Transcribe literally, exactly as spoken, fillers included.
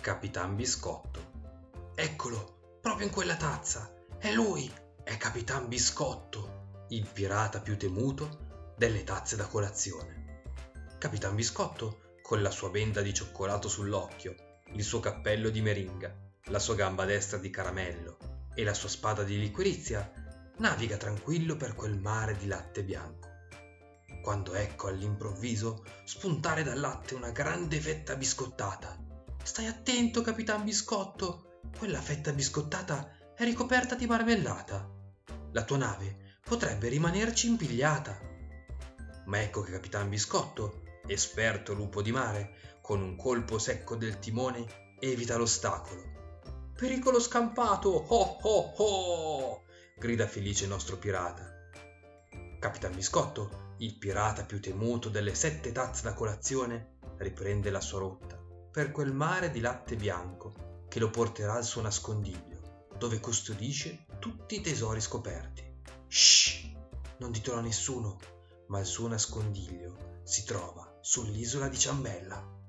Capitan Biscotto. Eccolo, proprio in quella tazza. È lui, è Capitan Biscotto, il pirata più temuto delle tazze da colazione. Capitan Biscotto, con la sua benda di cioccolato sull'occhio, il suo cappello di meringa, la sua gamba destra di caramello e la sua spada di liquirizia, naviga tranquillo per quel mare di latte bianco. Quando ecco all'improvviso spuntare dal latte una grande fetta biscottata. Stai attento, Capitan Biscotto, quella fetta biscottata è ricoperta di marmellata. La tua nave potrebbe rimanerci impigliata. Ma ecco che Capitan Biscotto, esperto lupo di mare, con un colpo secco del timone evita l'ostacolo. Pericolo scampato! Oh oh oh! Grida felice il nostro pirata. Capitan Biscotto, il pirata più temuto delle sette tazze da colazione, riprende la sua rotta per quel mare di latte bianco che lo porterà al suo nascondiglio, dove custodisce tutti i tesori scoperti. Shh! Non ditelo a nessuno, ma il suo nascondiglio si trova sull'isola di Ciambella.